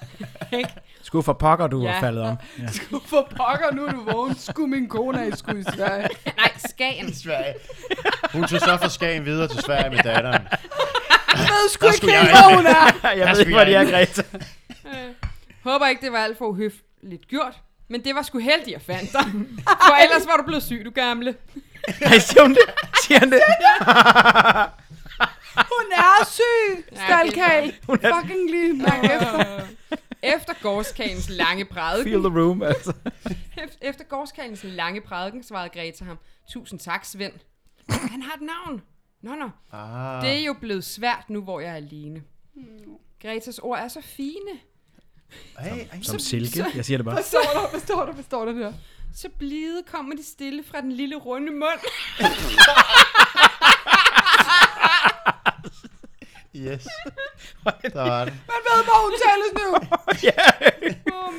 Skud for pokker, du Ja. er faldet om. Ja. For pokker, nu er du vågen. Sku min kone af, sku i Sverige. Nej, Skagen. Sverige. Hun tog så fra Skagen videre til Sverige med datteren. Jeg ved sgu Der ikke skulle helt, jeg- hvor hun er. Jeg ved skulle ikke, hvor de jeg er, ind. Greta. Øh, håber ikke, det var alt for uhøfligt gjort, men det var sgu heldigt, jeg fandt dig. For ellers var du blevet syg, du gamle. Nej, siger hun det? Siger han det? Hun er syg, Ja, Stalkal. Hun er- Fucking lige mærke efter. Efter gårdskagens lange prædiken, Feel the room, altså. Efter, efter gårdskagens lange prædiken, svarede Greta ham, tusind tak, Svend. Han har et navn. Nå, nå. Ah. Det er jo blevet svært nu, hvor jeg er alene. Gretas ord er så fine. Ej, ej. Som silke. Jeg siger det bare. Hvad står der? Hvad står der? Hvad står der der? Så blide kommer de stille fra den lille runde mund. Yes. Der var det. Man ved, hvor hun tales nu. Åh,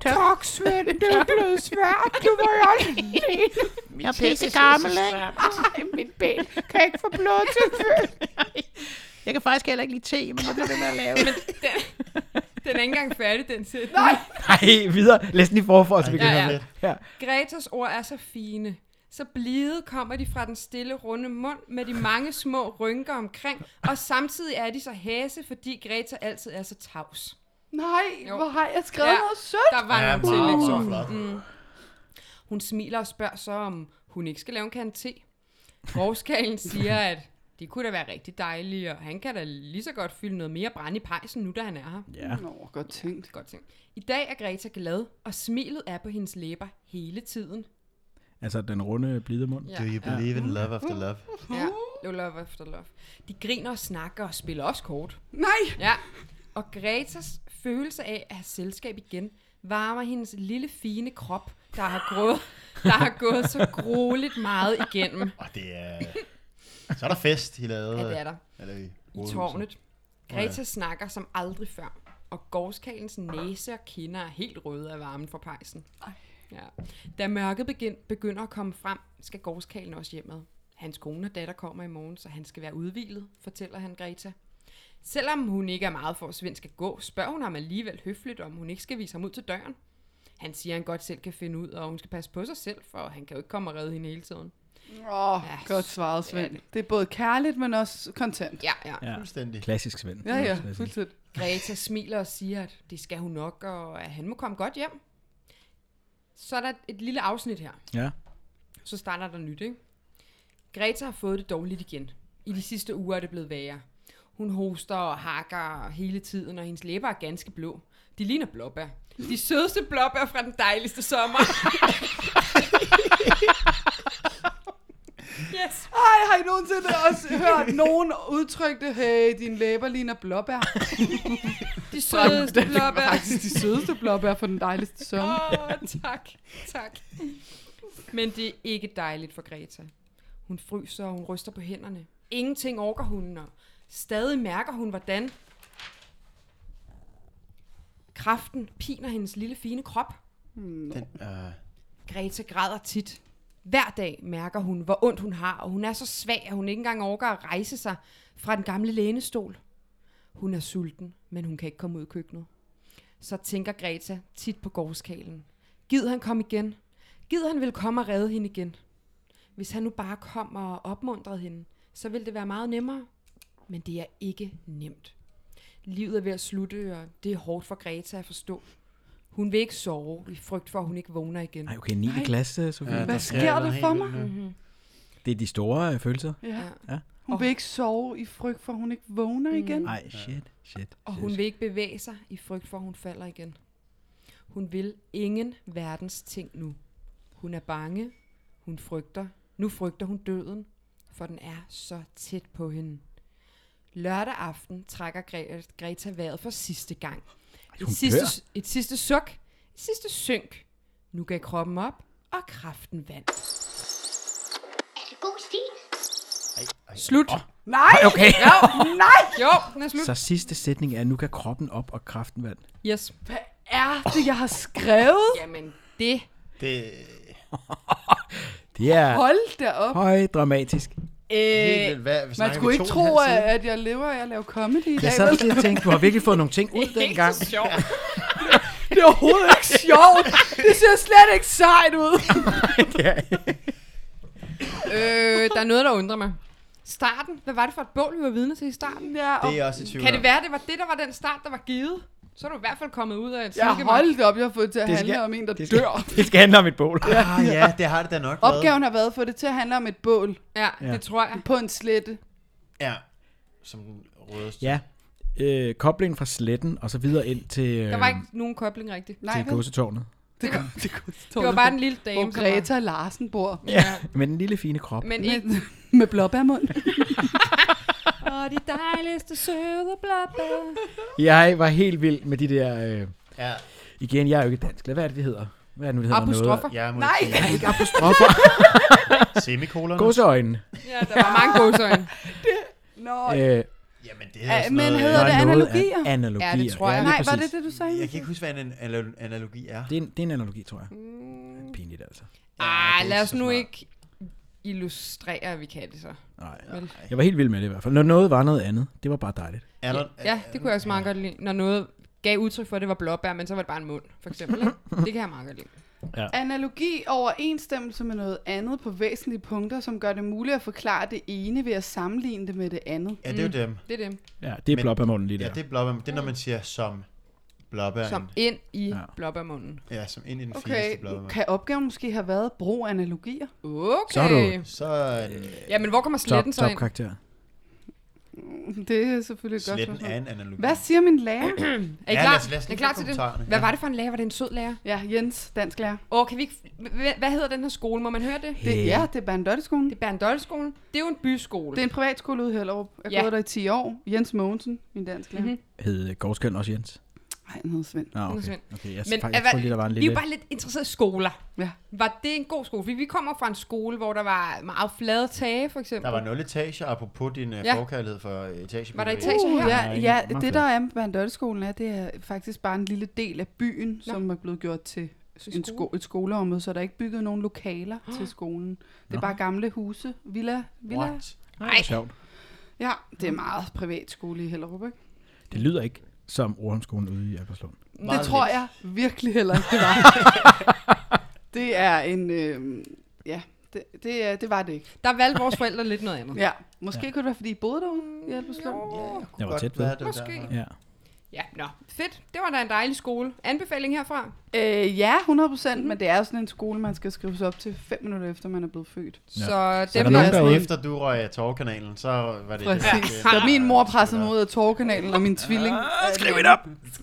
Tak, Svend. Det er blevet svært. Du var jo alene. Jeg er pisse gammel, ikke? Ej, mit ben kan ikke få blod til fød. Jeg kan faktisk heller ikke lide te, men jeg bliver ved med at lave det. Den er ikke engang færdig, den sætning. Nej. Nej, videre. Læs den i forfor, så vi kan Ja, høre ja. med. Ja. Gretas ord er så fine. Så blide kommer de fra den stille, runde mund med de mange små rynker omkring, og samtidig er de så hæse, fordi Greta altid er så tavs. Nej, Jo. hvor har jeg skrevet Ja. noget sødt. Der var Ja, nogle meget tillægsord. flot. Mm. Hun smiler og spørger så, om hun ikke skal lave en kande te. Gårdskallen siger, at det kunne da være rigtig dejligt, og han kan da lige så godt fylde noget mere brand i pejsen, nu da han er her. Ja. Nå, godt tænkt. Godt ting. I dag er Greta glad, og smilet er på hendes læber hele tiden. Altså den runde, blide mund. Ja. Do you believe in love after love? Ja, love after love. De griner og snakker og spiller også kort. Nej. Ja, og Gretas følelse af at have selskab igen, varmer hendes lille fine krop, der har gået, der har gået så grueligt meget igennem. Og det er... Så er der fest, I lavede. Ja, det er der. Eller i, I tårnet. Greta snakker som aldrig før, og gårdskalens næse og kinder er helt røde af varmen fra pejsen. Ja. Da mørket begyn- begynder at komme frem, skal gårdskallen også hjemad. Hans kone og datter kommer i morgen, så han skal være udhvilet, fortæller han Greta. Selvom hun ikke er meget for, at Svend skal gå, spørger hun ham alligevel høfligt, om hun ikke skal vise ham ud til døren. Han siger, at han godt selv kan finde ud, og hun skal passe på sig selv, for han kan jo ikke komme og redde hende hele tiden. Åh, oh, Ja, godt svaret, Svend. ja. Det er både kærligt, men også content. Ja, ja. Ja. Fuldstændig. Klassisk Svend. Ja, ja, Klassisk. fuldstændig. Greta smiler og siger, at det skal hun nok, og at han må komme godt hjem. Så er der et lille afsnit her. Ja. Så starter der nyt, ikke? Greta har fået det dårligt igen. I de sidste uger er det blevet værre. Hun hoster og hakker hele tiden, og hendes læber er ganske blå. De ligner blåbær. De sødeste blåbær fra den dejligste sommer. Yes. Ej, har I nogensinde også hørt nogen udtrykke det? Hey, dine læber ligner blåbær. De sødeste Det var blåbær. faktisk de sødeste blåbær for den dejligste sommer. Åh, oh, tak. Tak. Men det er ikke dejligt for Greta. Hun fryser, og hun ryster på hænderne. Ingenting orker hun, og stadig mærker hun, hvordan kraften piner hendes lille fine krop. Den, øh, Greta græder tit. Hver dag mærker hun, hvor ondt hun har, og hun er så svag, at hun ikke engang orker at rejse sig fra den gamle lænestol. Hun er sulten, men hun kan ikke komme ud i køkkenet. Så tænker Greta tit på gårdskallen. Gid han kom igen. Gid han ville komme og redde hende igen. Hvis han nu bare kom og opmuntrede hende, så ville det være meget nemmere. Men det er ikke nemt. Livet er ved at slutte, og det er hårdt for Greta at forstå. Hun vil ikke sove i frygt for, at hun ikke vågner igen. Nej, okay, niende klasse, Sofie. Ja, Hvad der sker sker der noget for helt mig? vildt nu. Mm-hmm. Det er de store øh, følelser. Ja. Ja. Hun vil ikke sove i frygt for, at hun ikke vågner igen. Nej, shit, shit. Og shit. hun vil ikke bevæge sig i frygt for, at hun falder igen. Hun vil ingen verdens ting nu. Hun er bange. Hun frygter. Nu frygter hun døden, for den er så tæt på hende. Lørdag aften trækker Gre- Greta vejret for sidste gang. Et hun sidste, dør? et sidste suk. Et sidste synk. Nu gav kroppen op, og kraften vandt. Er det god stil? Slut. Oh. Nej! Okay. Nej! Jo, den er slut. Så sidste sætning er, nu kan kroppen op og kraften vand. Yes. Hvad er det, jeg har skrevet? Jamen, det... det Det er Hold da op. højt dramatisk. Øh, helt vildt. Hvad, vi Man snakker skulle vi ikke to og en tro, halv side? at jeg lever af at lave comedy i dag. Jeg sad vel? også lige og tænkte, du har virkelig fået nogle ting ud det er ikke dengang. så sjovt. Det er overhovedet ikke sjovt. Det ser slet ikke sejt ud. Det er- øh, der er noget, der undrer mig. Starten, hvad var det for et bål, vi var vidne til i starten? Ja, og Det er jeg også i tvivl Kan om. det være, det var det, der var den start, der var givet? Så er du i hvert fald kommet ud af et jeg har silkevogn. holdt op, jeg har fået det til at Det handle skal- om en, der det skal- dør. Det skal handle om et bål. Ah, ja, det har det da nok været. Opgaven har været at få det til at handle om et bål Ja, Ja. det tror jeg. på en slette. Ja, som den rødeste. Ja. Øh, koblingen fra sletten og så videre ind til, øh, Der var ikke nogen kobling rigtigt. Nej, til vel? godsetårnet. Det, det, det, Det var bare den lille dame, hvor som var- Greta Larsen bor. Ja. Med den lille fine krop. Men ikke... Med, med blåbærmund. Og de dejligste søde blåbær. Jeg var helt vild med de der... Øh, Ja, igen, jeg er jo ikke dansk. Hvad er det, det hedder? Hvad er det nu, det hedder? Apostrofer. jeg må Nej. ikke Ikke apostrofer. sige semikolon. Godseøjne. Ja, der var mange gåsøjne. Nå, Øh, Jamen, det er Ah, sådan men noget... hedder øh, det Der er noget analogier? af analogier. Ja, det tror jeg. lige Nej, var præcis. det det, du sagde? Jeg kan ikke huske, hvad en anal- analogi er. Det er, en, det er en analogi, tror jeg. Pinligt altså. Ja, Ej, det er lad ikke os så nu smart. ikke illustrere, at vi kan det så. Nej, Vel? jeg var helt vild med det i hvert fald. Når noget var noget andet, det var bare dejligt. Er der, Ja, det kunne jeg også meget godt lide. Når noget gav udtryk for, at det var blåbær, men så var det bare en mund, for eksempel. Ikke? Det kan jeg meget godt lide. Analogi overensstemmelse med noget andet på væsentlige punkter, som gør det muligt at forklare det ene ved at sammenligne det med det andet. Ja, det er jo dem. Det er dem. Ja, det er Men- blåbærmunden lige der. Ja, det er blåbær. Det er, når man siger som blåbær. Som ind i Ja. blåbærmunden. Ja, som ind i den Okay, fineste blåbær. kan opgaven måske have været brug analogier? Okay. Så er du- Så er den Ja, men hvor kommer Top, sletten så top ind? karakter. Det er selvfølgelig et godt sletten spørgsmål. af en analogi. Hvad siger min lærer? Er I Ja, klar, lad os- lad os er I lige klar få til det? kommentarerne. Hvad Ja. var det for en lærer? Var det en sød lærer? Ja, Jens, dansklærer. Åh, kan vi ikke... Hvad, hvad hedder den her skole? Må man høre det? Det, ja, det er Berndotteskolen. Det er Berndolleskolen. Det er jo en byskole. Det er en privatskole ude i Hellerup. Jeg har Ja. gået der i ti år. Jens Mogensen, min dansklærer. Mhm. Hed Gårdskøn også Jens? Nej, han hedder Svend. Nå, okay. Svend. okay jeg, Men Men, jeg, er- jeg tror lige, der var en Vi er lille... jo bare lidt interesserede i skoler. Ja. Var det en god skole? Fordi vi kommer fra en skole, hvor der var meget flade tage, for eksempel. Der var nul etager, apropos din uh, Ja. forkærlighed for uh, etagebyggeri. Var der etager? Uh, her? ja, Nej, ja, meget det fedt. der er med Berndotteskolen er, det er faktisk bare en lille del af byen, Nå. som er blevet gjort til Til en skole? sko- et skoleområde, så der er ikke bygget nogen lokaler til skolen. Det er Nå. bare gamle huse, villa, villa. What? Nej, det er sjovt. Ja, det er meget privat skole i Hellerup, ikke? Det lyder ikke som Orhamskolen ude i Albertslund. Det Meget tror lidt. jeg virkelig heller ikke, det var. Det er en, øh, ja, det, det, er- det var det ikke. Der valgte vores forældre lidt noget andet. Ja, måske Ja. kunne det være, fordi I boede derude i Albertslund. Ja, jeg kunne Jeg var godt tæt ved. være det Måske. Der. Ja. Ja, nå. Fedt. Det var da en dejlig skole. Anbefaling herfra. Øh, ja, hundrede procent, men det er jo sådan en skole, man skal skrives op til fem minutter efter, man er blevet født. Så Så er det der var nogen Altså, derude? efter du røg af Torvkanalen, så var det... Præcis. det, Da min mor pressede mig ud af Torvkanalen, og min tvilling... Skriv det op!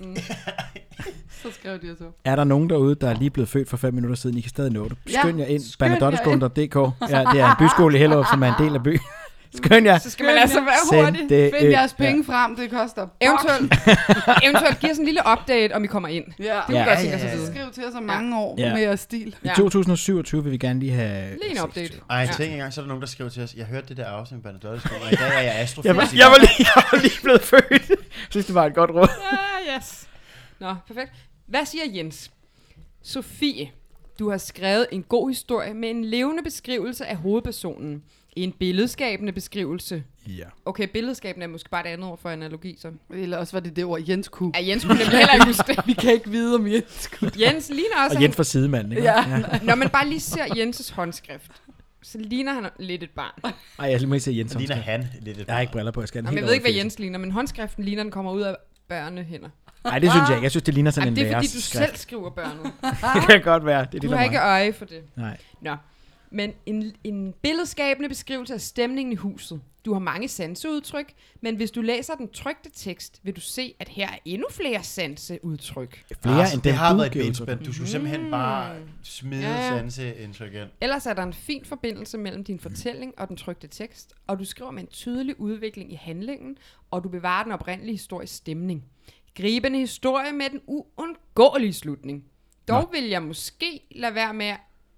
Så skrev de så. Er der nogen derude, der er lige blevet født for fem minutter siden? I kan stadig nå det. Ja, Skynd jer ind. skynd jer Bernadotte punktum d k. Ja, det er en byskole i Hellerup, som er en del af byen. Skynd jer. Så skal man altså være Send hurtig. det Find ind. jeres penge frem, det koster. Eventuelt, eventuelt giv os en lille update, om I kommer ind. Ja, Det Ja, kunne godt tænke ja, os at ja, vide. ja. skriv til os om mange år Ja. med jeres stil. I Ja. to tusind og syvogtyve vil vi gerne lige have... Lige en update. seksogtyve. Ej, jeg Ja. tænkte engang, så er der nogen, der skriver til os, jeg hørte det der afsnit med Bernadotte-skolen, og i dag er jeg Jeg var, astrofysiker. jeg, var lige, jeg var lige blevet født. Jeg synes, det var et godt råd. Ah, yes. Nå, perfekt. Hvad siger Jens? Sofie, du har skrevet en god historie med en levende beskrivelse af hovedpersonen. En billedskabende beskrivelse. Ja. Okay, billedskabende er måske bare et andet ord for analogi, så. Eller også var det det ord, Jens kunne. Ja, Jens kunne nemlig heller ikke huske det. Vi kan ikke vide, om Jens kunne. Jens ligner også... Og Jens fra sidemanden, ikke? Ja. Når man bare lige ser Jenses håndskrift, så ligner han lidt et barn. Ej, jeg må ikke se Jens Så ligner håndskrift. han lidt et Jeg har ikke briller på, jeg skal Jamen, jeg ved ikke, hvad Jens ligner, men håndskriften ligner, den kommer ud af børnehænder. Nej, det synes jeg ikke. Jeg synes, det ligner sådan Jamen, en det er fordi, lærers du skrift. selv skriver børnet. Det kan godt være. Det er Du det, har ikke øje for det. Nej. Nå. Men en, en billedskabende beskrivelse af stemningen i huset. Du har mange sanseudtryk, men hvis du læser den trykte tekst, vil du se, at her er endnu flere sanseudtryk. Flere Ah, så end det den har du været et giver benspænd. udtryk. Du skulle simpelthen bare smide Ja, ja. sanseindtryk ind. Ellers er der en fin forbindelse mellem din fortælling og den trykte tekst, og du skriver med en tydelig udvikling i handlingen, og du bevarer den oprindelige historiske stemning. Gribende historie med den uundgåelige slutning. Dog Nå. vil jeg måske lade være med at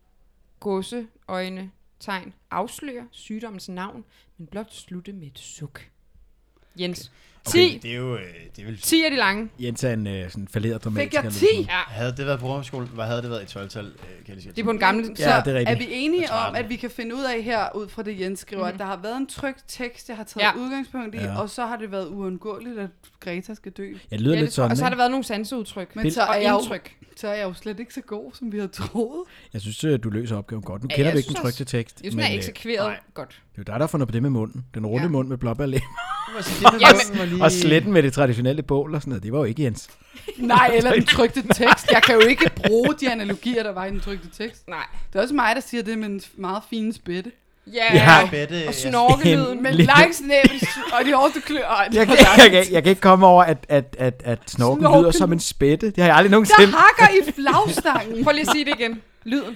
gåse, øjne, tegn, afsløre sygdommens navn, men blot slutte med et suk. Jens, ti. Okay, det er jo... øh, Det er vel... ti er de lange. Jens er en uh, sådan falderet Fik jeg dramatiker. ti? Ja, Havde det været på Romerskolen, hvad havde det været i tolv-tal, øh, kan jeg lige sige? det er på en gammel... Så Ja, det er rigtigt. er vi enige Jeg tror om, aldrig. at vi kan finde ud af her, ud fra det Jens skriver, Mhm. at der har været en trykt tekst, jeg har taget Ja. udgangspunkt i, Ja. og så har det været uundgåeligt, at Greta skal dø. Ja, det lyder Ja, lidt det tror, jeg. sådan, og så har der ikke? været nogle sanseudtryk. Men så Og er, jeg jo, indtryk. så er jeg jo slet ikke så god, som vi havde troet. Jeg synes, øh, du løser opgaven godt. Nu Ja, kender jeg vi ikke den synes trykte tekst. Jeg synes, den er øh, eksekveret nej. godt. det er jo dig, der har fundet på det med munden. Den runde Ja. mund med blåbærlæb. Jamen, Og sletten med det traditionelle bål og sådan noget. Det var jo ikke Jens. Nej, eller den trykte tekst. Jeg kan jo ikke bruge de analogier, der var i den trykte tekst. Nej. Det er også mig, der siger det med en meget fine spætte. Ja, Ja. Bedte, og snorkelyden. En- Men Lidt- lang snæbel og de hårdeste klør. Ej, det Jeg var kan, jeg, dejligt. kan, jeg kan ikke komme over, at, at, at, at snorken Snorken. lyder som en spætte. Det har jeg aldrig Der nogensinde. hakker i flagstangen. Prøv lige at sige det igen. Lyden.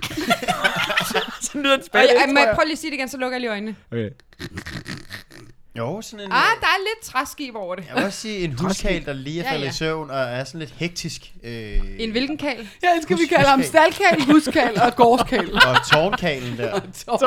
Sådan lyder en Og spætte. jeg, tror må jeg jeg. prøve lige at sige det igen, så lukker jeg lige øjnene. Okay. Jo, sådan en... Ah, der er lidt træskib over det. Jeg vil også sige en huskal, der lige er Ja, faldet ja. i søvn og er sådan lidt hektisk. Øh, En hvilken kal? Jeg elsker, vi kalder ham staldkal, huskal og gårdskal. og tårnkalen der.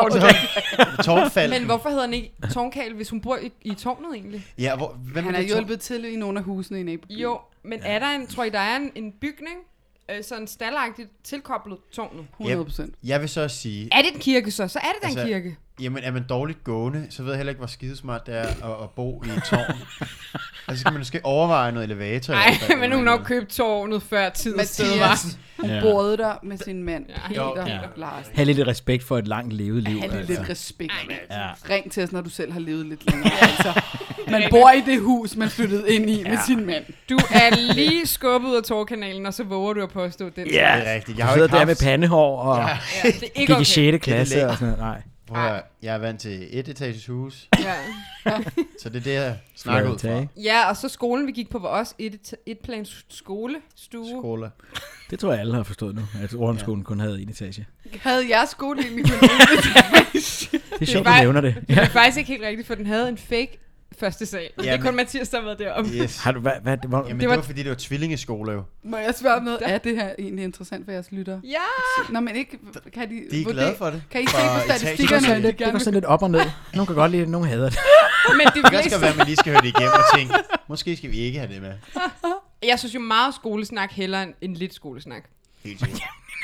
Tårnfalden. Men hvorfor hedder han ikke tårnkal, hvis hun bor i, i tårnet egentlig? Ja, hvor, hvem Han er er det tårn? hjulpet til i nogle af husene i nabobyen. Jo, men er der en, tror I, der er en, en bygning, øh, sådan staldagtigt tilkoblet tårnet? hundrede procent. Jeg vil så også sige, Er det en kirke så? Så er det da en Altså, kirke. jamen er man dårligt gående, så ved jeg heller ikke, hvor skidesmart det er at, at bo i et tårn. altså skal man måske overveje noget elevator. i Nej, hvert fald, men hun har nok købt tårnet før tid og sted, var. Mathias, hun Ja. boede der med sin mand, Ja. Peter Ja. Larsen. Ha' lidt respekt for et langt levet liv. Ha' lige altså. lidt respekt. Ja. Ring til os, når du selv har levet lidt længere. Altså, man bor i det hus, man flyttede ind i med sin mand. Du er lige skubbet ud af tårkanalen, og så våger du at påstå den. Ja, Det er rigtigt. Jeg du har jo sidder ikke der med haft... pandehår og Ja. Ja, det er ikke gik i okay. sjette klasse lækkert. og sådan noget. Nej. Prøv at høre, jeg er vant til et etages hus, Ja. så det er det, jeg snakker ud fra. Tage. ja, og så skolen, vi gik på, var også et, et plans skolestue. Skåler. Det tror jeg alle har forstået nu, at Ordenskolen kun havde en etage. Havde jeres skole egentlig kun en etage? Det er sjovt, du bare- nævner det. Det er faktisk ikke helt rigtigt, for den havde en fake første sal. Ja, det er Jamen. kun Mathias, der har været deroppe. Yes. Har du, hvad, hvad, hvor, Jamen Det det var- var fordi, det var tvillingeskole jo. Må jeg spørge om noget? Er det her egentlig interessant for jeres lyttere? Ja! Nå, men ikke... Kan de, De er vurdere- glade for det. Kan I se Fra på etagen. statistikkerne? det, at går de lidt, det gerne går vil- sådan lidt op og ned. Nogle kan godt lide det, nogle hader det. Men det Det kan fleste, også være, at man lige skal høre det igennem og tænke, måske skal vi ikke have det med. jeg synes jo meget skolesnak hellere end, end lidt skolesnak. Helt sikkert.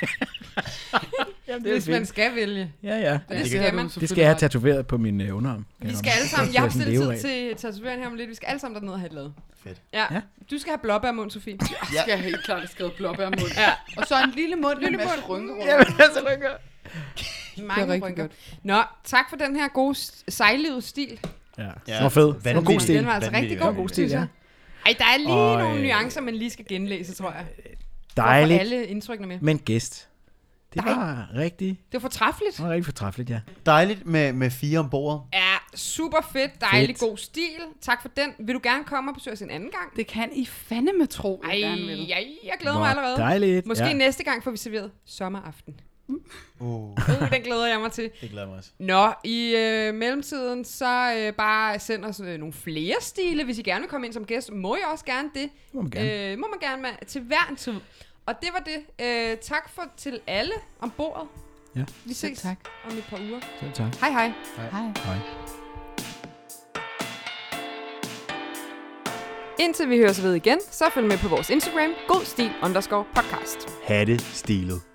Jamen, Hvis man skal vælge. Ja, ja. Og det, det skal kan man. du Det skal jeg have tatoveret på min øh, underarm. Vi skal alle sammen, jeg har Det er sådan bestilt leve tid af. til tatovering her om lidt. Vi skal alle sammen derned og have det lavet. Fedt. Ja. Ja. Du skal have blåbærmund, Sofie. Jeg skal helt klart have skrevet blåbærmund. Ja. Og så en lille mund med en Lille masse mund. rynker rundt. Jamen, altså, rykker. Mange rigtig rynker. godt. Nå, tak for den her gode s- sejlivede stil. Ja, Ja, det var fed. Det var vanvittig. god stil. Den var altså rigtig god. Det var god stil, ja. Ej, der er lige Og, nogle øh, nuancer, man lige skal genlæse, tror jeg. For at få Dejligt, alle indtrykkene med. men gæst. Det Dej. var rigtig, Det var fortræffeligt. det var rigtig fortræffeligt, ja. Dejligt med, med fire ombord. Ja, super fedt. Dejlig Fedt. god stil. Tak for den. Vil du gerne komme og besøge os en anden gang? Det kan I fandeme tro, Ej, jeg gerne vil. jeg, jeg glæder Hvor mig allerede. Dejligt. Måske ja. næste gang får vi serveret sommeraften. Uh, Uh, den glæder jeg mig til. det glæder mig også. Nå, i øh, mellemtiden, så øh, bare send os øh, nogle flere stile. Hvis I gerne vil komme ind som gæst, må I også gerne det. Må man gerne. Øh, må man gerne med, til hver en tid. Og det var det. Øh, tak for til alle om bordet. Ja. Vi Selv ses tak. om et par uger. Selv tak. Hej hej. Hej. Hej. Indtil vi høres ved igen, så følg med på vores Instagram, godstil underscore podcast. Ha' det stilet.